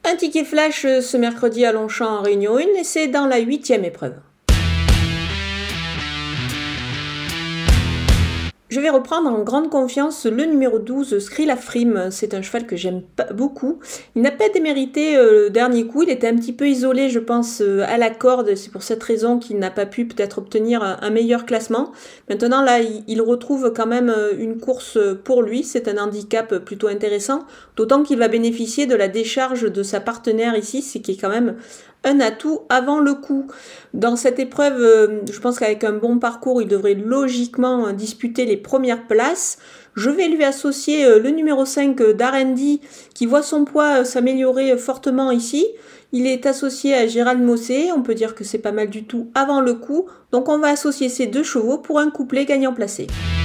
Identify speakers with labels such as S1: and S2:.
S1: Un ticket flash ce mercredi à Longchamp en Réunion 1 et c'est dans la 8e épreuve. Je vais reprendre en grande confiance le numéro 12, Skrilafrim. C'est un cheval que j'aime beaucoup. Il n'a pas démérité le dernier coup. Il était un petit peu isolé, je pense, à la corde. C'est pour cette raison qu'il n'a pas pu peut-être obtenir un meilleur classement. Maintenant, là, il retrouve quand même une course pour lui. C'est un handicap plutôt intéressant. D'autant qu'il va bénéficier de la décharge de sa partenaire ici, ce qui est quand même un atout avant le coup. Dans cette épreuve, je pense qu'avec un bon parcours, il devrait logiquement disputer les premières places. Je vais lui associer le numéro 5 d'Arendi qui voit son poids s'améliorer fortement ici. Il est associé à Gérald Mossé, on peut dire que c'est pas mal du tout avant le coup. Donc on va associer ces deux chevaux pour un couplet gagnant placé.